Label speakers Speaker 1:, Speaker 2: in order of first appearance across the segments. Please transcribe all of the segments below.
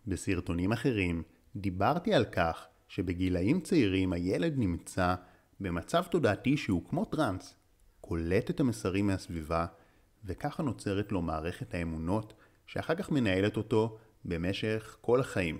Speaker 1: בסרטונים אחרים דיברתי על כך שבגילאים צעירים הילד נמצא במצב תודעתי שהוא כמו טרנס, קולט את המסרים מהסביבה, וככה נוצרת לו מערכת האמונות שאחר כך מנהלת אותו במשך כל החיים.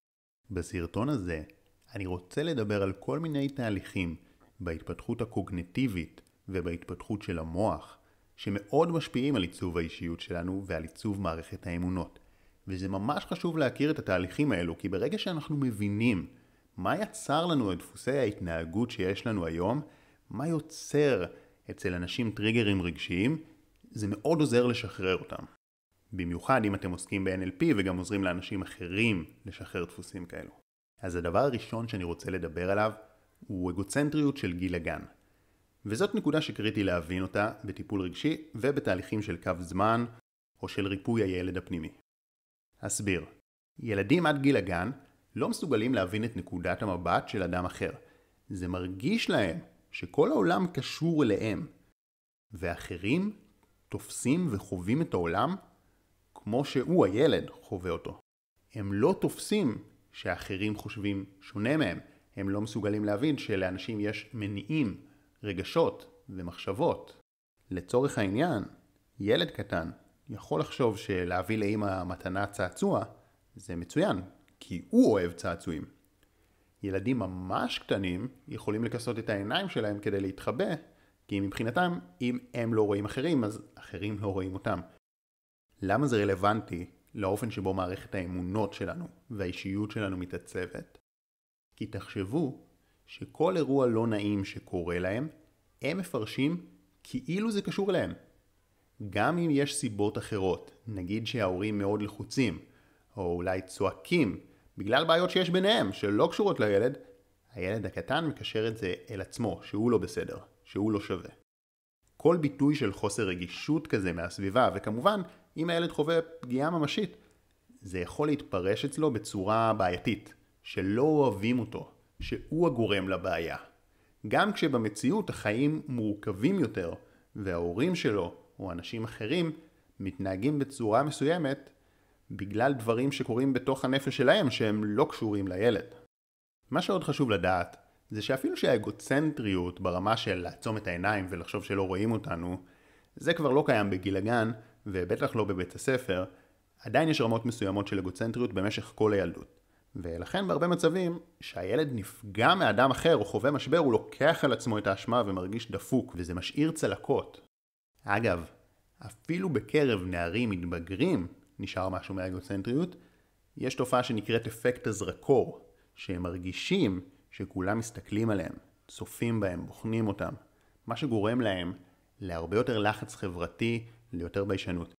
Speaker 1: בסרטון הזה אני רוצה לדבר על כל מיני תהליכים בהתפתחות הקוגניטיבית ובהתפתחות של המוח, שמאוד משפיעים על עיצוב האישיות שלנו ועל עיצוב מערכת האמונות. וזה ממש חשוב להכיר את התהליכים האלו, כי ברגע שאנחנו מבינים מה יצר לנו את דפוסי ההתנהגות שיש לנו היום, מה יוצר אצל אנשים טריגרים רגשיים, זה מאוד עוזר לשחרר אותם. במיוחד אם אתם עוסקים ב-NLP וגם עוזרים לאנשים אחרים לשחרר דפוסים כאלו. אז הדבר הראשון שאני רוצה לדבר עליו הוא אגוצנטריות של גיל הגן. וזאת נקודה שקריטי להבין אותה בטיפול רגשי ובתהליכים של קו זמן או של ריפוי הילד הפנימי. אסביר. ילדים עד גיל הגן לא מסוגלים להבין את נקודת המבט של אדם אחר. זה מרגיש להם שכל העולם קשור אליהם, ואחרים תופסים וחווים את העולם כמו שהוא, הילד, חווה אותו. הם לא תופסים שאחרים חושבים שונה מהם. הם לא מסוגלים להבין שלאנשים יש מניעים, רגשות ומחשבות. לצורך העניין, ילד קטן יכול לחשוב שלהביא לאמא מתנה צעצוע זה מצוין, כי הוא אוהב צעצועים. ילדים ממש קטנים יכולים לכסות את העיניים שלהם כדי להתחבא, כי מבחינתם, אם הם לא רואים אחרים, אז אחרים לא רואים אותם. למה זה רלוונטי לאופן שבו מערכת האמונות שלנו והאישיות שלנו מתעצבת? כי תחשבו שכל אירוע לא נעים שקורה להם, הם מפרשים כאילו זה קשור אליהם. גם אם יש סיבות אחרות, נגיד שההורים מאוד לחוצים, או אולי צועקים, בגלל בעיות שיש ביניהם שלא קשורות לילד, הילד הקטן מקשר את זה אל עצמו, שהוא לא בסדר, שהוא לא שווה. כל ביטוי של חוסר רגישות כזה מהסביבה, וכמובן, אם הילד חווה פגיעה ממשית, זה יכול להתפרש אצלו בצורה בעייתית, שלא אוהבים אותו, שהוא הגורם לבעיה. גם כשבמציאות החיים מורכבים יותר, וההורים שלו או אנשים אחרים מתנהגים בצורה מסוימת, בגלל דברים שקורים בתוך הנפש שלהם שהם לא קשורים לילד. מה שעוד חשוב לדעת, זה שאפילו שהאגוצנטריות ברמה של לעצום את העיניים ולחשוב שלא רואים אותנו, זה כבר לא קיים בגיל הגן, ובטח לא בבית הספר, עדיין יש רמות מסוימות של אגוצנטריות במשך כל הילדות. ולכן בהרבה מצבים, שהילד נפגע מאדם אחר או חווה משבר, הוא לוקח על עצמו את האשמה ומרגיש דפוק, וזה משאיר צלקות. אגב, אפילו בקרב נערים מתבגרים נשאר משהו מהאגוצנטריות, יש תופעה שנקראת אפקט הזרקור, שהם מרגישים שכולם מסתכלים עליהם, צופים בהם, בוחנים אותם, מה שגורם להם להרבה יותר לחץ חברתי, ליותר ביישנות.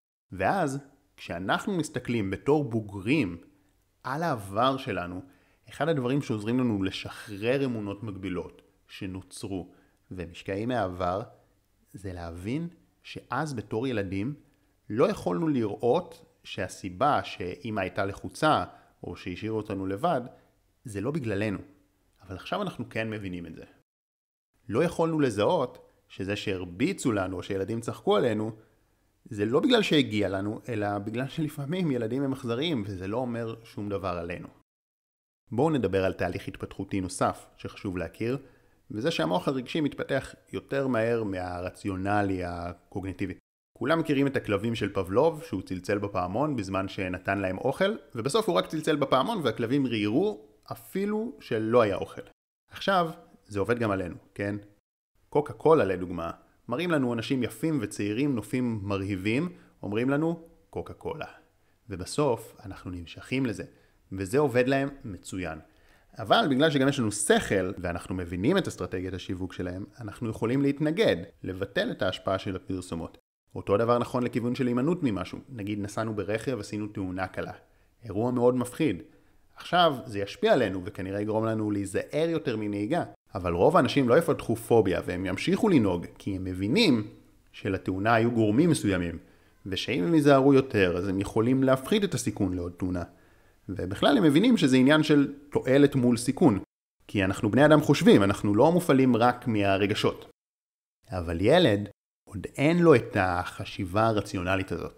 Speaker 1: ואז, כשאנחנו מסתכלים בתור בוגרים על העבר שלנו, אחד הדברים שעוזרים לנו לשחרר אמונות מגבילות שנוצרו ומשקעים מהעבר, זה להבין שאז בתור ילדים לא יכולנו לראות שהסיבה שאמא הייתה לחוצה או שהשאירו אותנו לבד, זה לא בגללנו. אבל עכשיו אנחנו כן מבינים את זה. לא יכולנו לזהות שזה שהרביצו לנו או שילדים צחקו עלינו, זה לא בגלל שהגיע לנו, אלא בגלל שלפעמים ילדים הם אכזריים, וזה לא אומר שום דבר עלינו. בואו נדבר על תהליך התפתחותי נוסף שחשוב להכיר, וזה שהמוח הרגשי מתפתח יותר מהר מהרציונלי הקוגניטיבי. כולם מכירים את הכלבים של פבלוב, שהוא צלצל בפעמון בזמן שנתן להם אוכל, ובסוף הוא רק צלצל בפעמון והכלבים ריירו אפילו שלא היה אוכל. עכשיו, זה עובד גם עלינו, כן? קוקה קולה לדוגמה, מראים לנו אנשים יפים וצעירים נופים מרהיבים, אומרים לנו קוקה קולה. ובסוף אנחנו נמשכים לזה, וזה עובד להם מצוין. אבל בגלל שגם יש לנו שכל, ואנחנו מבינים את אסטרטגיית השיווק שלהם, אנחנו יכולים להתנגד, לבטל את ההשפעה של הפרסומות. אותו דבר נכון לכיוון של הימנעות ממשהו. נגיד נסענו ברכב, עשינו תאונה קלה. אירוע מאוד מפחיד. עכשיו זה ישפיע עלינו וכנראה יגרום לנו להיזהר יותר מנהיגה. אבל רוב האנשים לא יפתחו פוביה והם ימשיכו לנהוג, כי הם מבינים שלתאונה היו גורמים מסוימים, ושאם הם ייזהרו יותר אז הם יכולים להפחית את הסיכון לעוד תאונה. ובכלל הם מבינים שזה עניין של תועלת מול סיכון, כי אנחנו בני אדם חושבים, אנחנו לא מופעלים רק מהרגשות. אבל ילד עוד אין לו את החשיבה הרציונלית הזאת,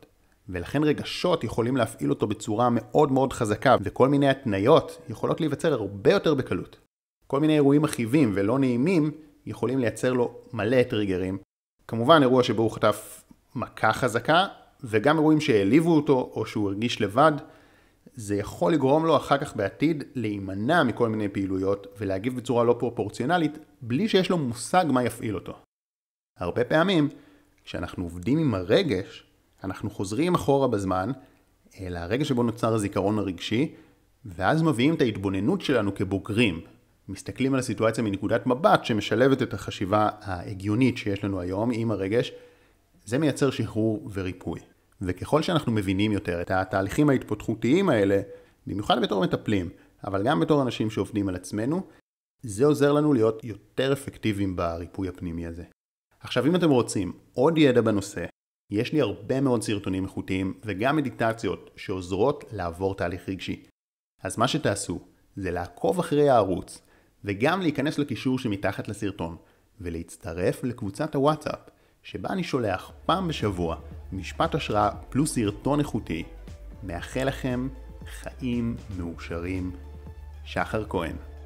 Speaker 1: ולכן רגשות יכולים להפעיל אותו בצורה מאוד מאוד חזקה, וכל מיני התניות יכולות להיווצר הרבה יותר בקלות. כל מיני אירועים מכאיבים ולא נעימים יכולים לייצר לו מלא טריגרים. כמובן אירוע שבו הוא חטף מכה חזקה, וגם אירועים שהעליבו אותו או שהוא הרגיש לבד, זה יכול לגרום לו אחר כך בעתיד להימנע מכל מיני פעילויות ולהגיב בצורה לא פרופורציונלית, בלי שיש לו מושג מה יפעיל אותו. הרבה פעמים, כשאנחנו עובדים עם הרגש, אנחנו חוזרים אחורה בזמן, אל הרגע שבו נוצר הזיכרון הרגשי, ואז מביאים את ההתבוננות שלנו כבוגרים. מסתכלים על הסיטואציה מנקודת מבט שמשלבת את החשיבה ההגיונית שיש לנו היום עם הרגש, זה מייצר שחרור וריפוי. וככל שאנחנו מבינים יותר את התהליכים ההתפתחותיים האלה, במיוחד בתור מטפלים, אבל גם בתור אנשים שעובדים על עצמנו, זה עוזר לנו להיות יותר אפקטיביים בריפוי הפנימי הזה. עכשיו, אם אתם רוצים עוד ידע בנושא, יש לי הרבה מאוד סרטונים איכותיים וגם מדיטציות שעוזרות לעבור תהליך רגשי. אז מה שתעשו זה לעקוב אחרי הערוץ וגם להיכנס לקישור שמתחת לסרטון ולהצטרף לקבוצת הוואטסאפ שבה אני שולח פעם בשבוע משפט השראה פלוס סרטון איכותי. מאחל לכם חיים מאושרים. שחר כהן.